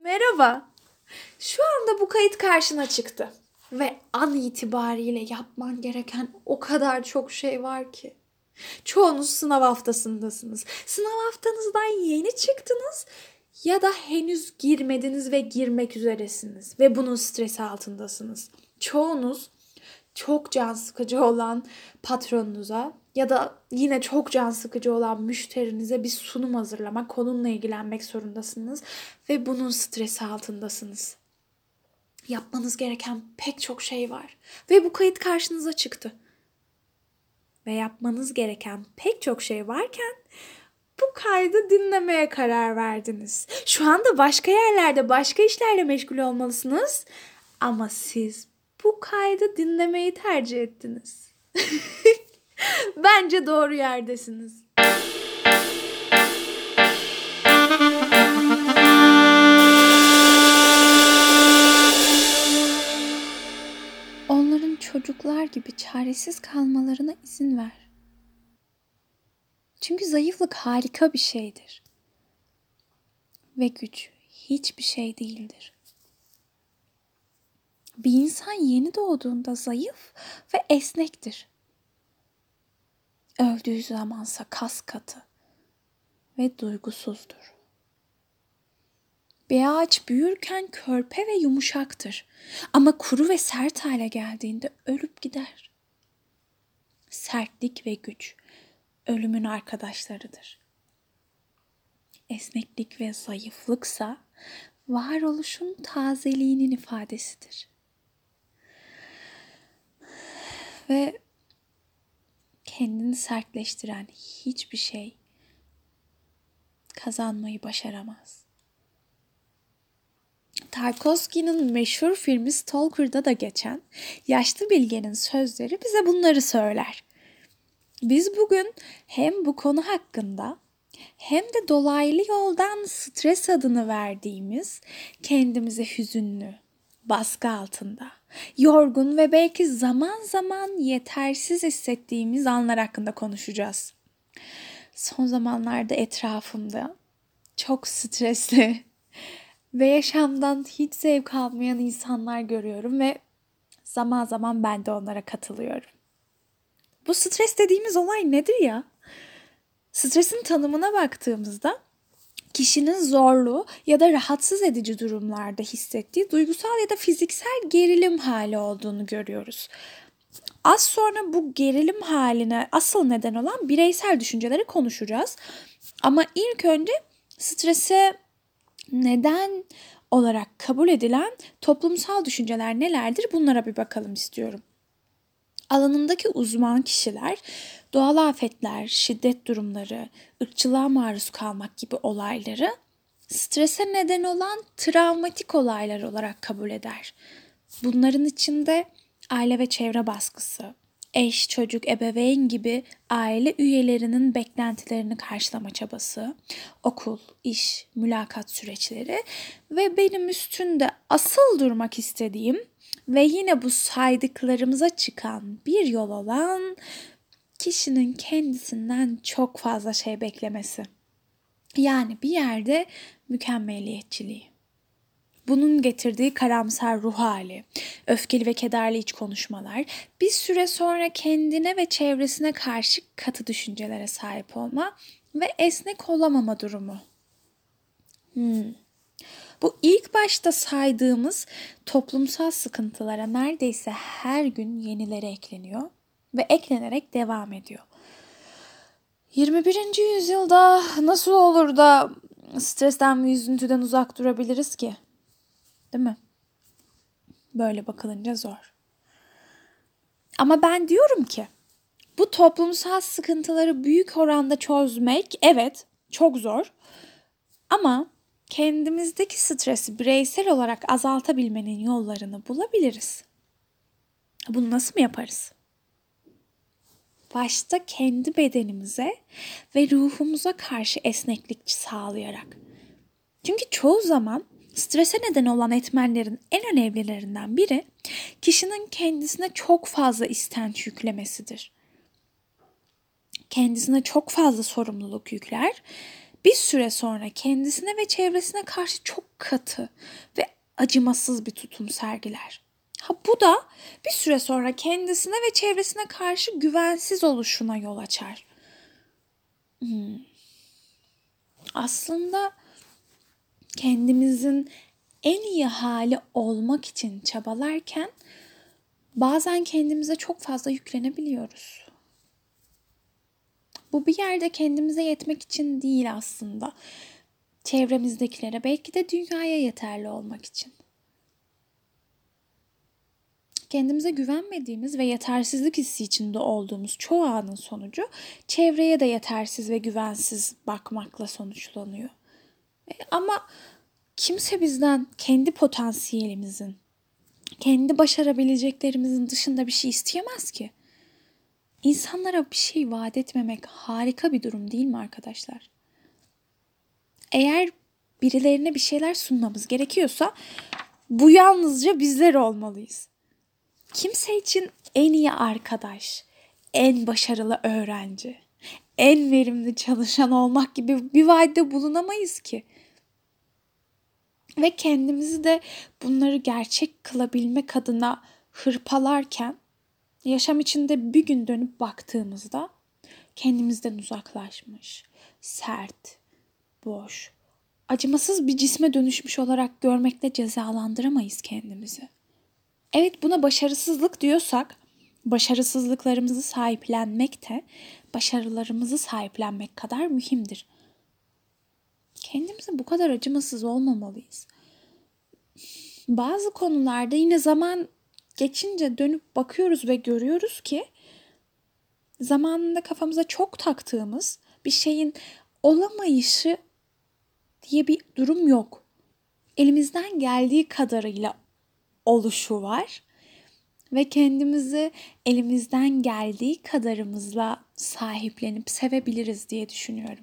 Merhaba. Şu anda bu kayıt karşına çıktı. Ve an itibariyle yapman gereken o kadar çok şey var ki. Çoğunuz sınav haftasındasınız. Sınav haftanızdan yeni çıktınız ya da henüz girmediniz ve girmek üzeresiniz ve bunun stresi altındasınız. Çoğunuz çok can sıkıcı olan patronunuza ya da yine çok can sıkıcı olan müşterinize bir sunum hazırlamak, onunla ilgilenmek zorundasınız ve bunun stresi altındasınız. Yapmanız gereken pek çok şey var ve bu kayıt karşınıza çıktı. Ve yapmanız gereken pek çok şey varken bu kaydı dinlemeye karar verdiniz. Şu anda başka yerlerde, başka işlerle meşgul olmalısınız ama siz bu kaydı dinlemeyi tercih ettiniz. Bence doğru yerdesiniz. Onların çocuklar gibi çaresiz kalmalarına izin ver. Çünkü zayıflık harika bir şeydir. Ve güç hiçbir şey değildir. Bir insan yeni doğduğunda zayıf ve esnektir. Öldüğü zamansa kas katı ve duygusuzdur. Bir ağaç büyürken körpe ve yumuşaktır. Ama kuru ve sert hale geldiğinde ölüp gider. Sertlik ve güç ölümün arkadaşlarıdır. Esneklik ve zayıflıksa varoluşun tazeliğinin ifadesidir. Ve kendini sertleştiren hiçbir şey kazanmayı başaramaz. Tarkovski'nin meşhur filmi Stalker'da da geçen yaşlı bilgenin sözleri bize bunları söyler. Biz bugün hem bu konu hakkında hem de dolaylı yoldan stres adını verdiğimiz kendimizi hüzünlü, baskı altında, yorgun ve belki zaman zaman yetersiz hissettiğimiz anlar hakkında konuşacağız. Son zamanlarda etrafımda çok stresli ve yaşamdan hiç zevk almayan insanlar görüyorum ve zaman zaman ben de onlara katılıyorum. Bu stres dediğimiz olay nedir ya? Stresin tanımına baktığımızda kişinin zorlu ya da rahatsız edici durumlarda hissettiği duygusal ya da fiziksel gerilim hali olduğunu görüyoruz. Az sonra bu gerilim haline asıl neden olan bireysel düşünceleri konuşacağız. Ama ilk önce strese neden olarak kabul edilen toplumsal düşünceler nelerdir bunlara bir bakalım istiyorum. Alanındaki uzman kişiler doğal afetler, şiddet durumları, ırkçılığa maruz kalmak gibi olayları strese neden olan travmatik olaylar olarak kabul eder. Bunların içinde aile ve çevre baskısı, eş, çocuk, ebeveyn gibi aile üyelerinin beklentilerini karşılama çabası, okul, iş, mülakat süreçleri ve benim üstünde asıl durmak istediğim ve yine bu saydıklarımıza çıkan bir yol olan kişinin kendisinden çok fazla şey beklemesi. Yani bir yerde mükemmeliyetçiliği. Bunun getirdiği karamsar ruh hali, öfkeli ve kederli iç konuşmalar, bir süre sonra kendine ve çevresine karşı katı düşüncelere sahip olma ve esnek olamama durumu. Bu ilk başta saydığımız toplumsal sıkıntılara neredeyse her gün yenileri ekleniyor ve eklenerek devam ediyor. 21. yüzyılda nasıl olur da stresten ve üzüntüden uzak durabiliriz ki? Değil mi? Böyle bakılınca zor. Ama ben diyorum ki bu toplumsal sıkıntıları büyük oranda çözmek evet çok zor. Ama kendimizdeki stresi bireysel olarak azaltabilmenin yollarını bulabiliriz. Bunu nasıl mı yaparız? Başta kendi bedenimize ve ruhumuza karşı esneklik sağlayarak. Çünkü çoğu zaman strese neden olan etmenlerin en önemlilerinden biri kişinin kendisine çok fazla istenç yüklemesidir. Kendisine çok fazla sorumluluk yükler, bir süre sonra kendisine ve çevresine karşı çok katı ve acımasız bir tutum sergiler. Bu da bir süre sonra kendisine ve çevresine karşı güvensiz oluşuna yol açar. Aslında kendimizin en iyi hali olmak için çabalarken bazen kendimize çok fazla yüklenebiliyoruz. Bu bir yerde kendimize yetmek için değil aslında. Çevremizdekilere, belki de dünyaya yeterli olmak için. Kendimize güvenmediğimiz ve yetersizlik hissi içinde olduğumuz çoğu anın sonucu çevreye de yetersiz ve güvensiz bakmakla sonuçlanıyor. Ama kimse bizden kendi potansiyelimizin, kendi başarabileceklerimizin dışında bir şey isteyemez ki. İnsanlara bir şey vaat etmemek harika bir durum değil mi arkadaşlar? Eğer birilerine bir şeyler sunmamız gerekiyorsa bu yalnızca bizler olmalıyız. Kimse için en iyi arkadaş, en başarılı öğrenci, en verimli çalışan olmak gibi bir vaatte bulunamayız ki. Ve kendimizi de bunları gerçek kılabilmek adına hırpalarken yaşam içinde bir gün dönüp baktığımızda kendimizden uzaklaşmış, sert, boş, acımasız bir cisme dönüşmüş olarak görmekle cezalandıramayız kendimizi. Evet, buna başarısızlık diyorsak, başarısızlıklarımızı sahiplenmek de başarılarımızı sahiplenmek kadar mühimdir. Kendimize bu kadar acımasız olmamalıyız. Bazı konularda yine zaman geçince dönüp bakıyoruz ve görüyoruz ki zamanında kafamıza çok taktığımız bir şeyin olamayışı diye bir durum yok. Elimizden geldiği kadarıyla oluşu var ve kendimizi elimizden geldiği kadarımızla sahiplenip sevebiliriz diye düşünüyorum.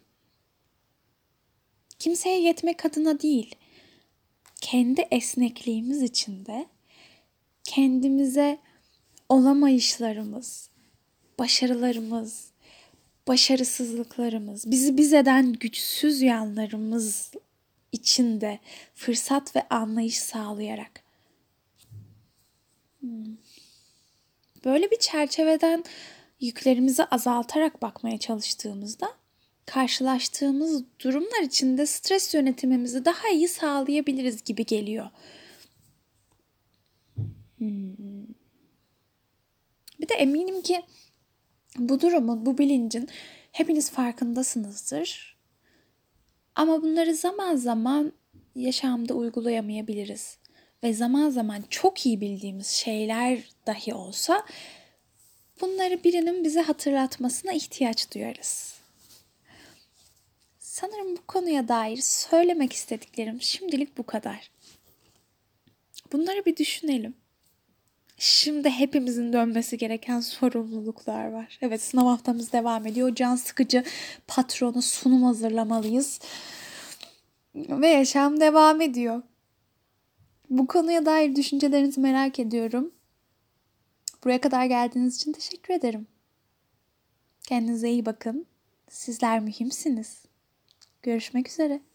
Kimseye yetmek adına değil, kendi esnekliğimiz içinde kendimize olamayışlarımız, başarılarımız, başarısızlıklarımız, bizi biz eden güçsüz yanlarımız içinde fırsat ve anlayış sağlayarak böyle bir çerçeveden yüklerimizi azaltarak bakmaya çalıştığımızda karşılaştığımız durumlar içinde stres yönetimimizi daha iyi sağlayabiliriz gibi geliyor. Bir de eminim ki bu durumun, bu bilincin hepiniz farkındasınızdır. Ama bunları zaman zaman yaşamda uygulayamayabiliriz. Ve zaman zaman çok iyi bildiğimiz şeyler dahi olsa bunları birinin bize hatırlatmasına ihtiyaç duyarız. Sanırım bu konuya dair söylemek istediklerim şimdilik bu kadar. Bunları bir düşünelim. Şimdi hepimizin dönmesi gereken sorumluluklar var. Evet, sınav haftamız devam ediyor. Can sıkıcı patrona sunum hazırlamalıyız. Ve yaşam devam ediyor. Bu konuya dair düşüncelerinizi merak ediyorum. Buraya kadar geldiğiniz için teşekkür ederim. Kendinize iyi bakın. Sizler mühimsiniz. Görüşmek üzere.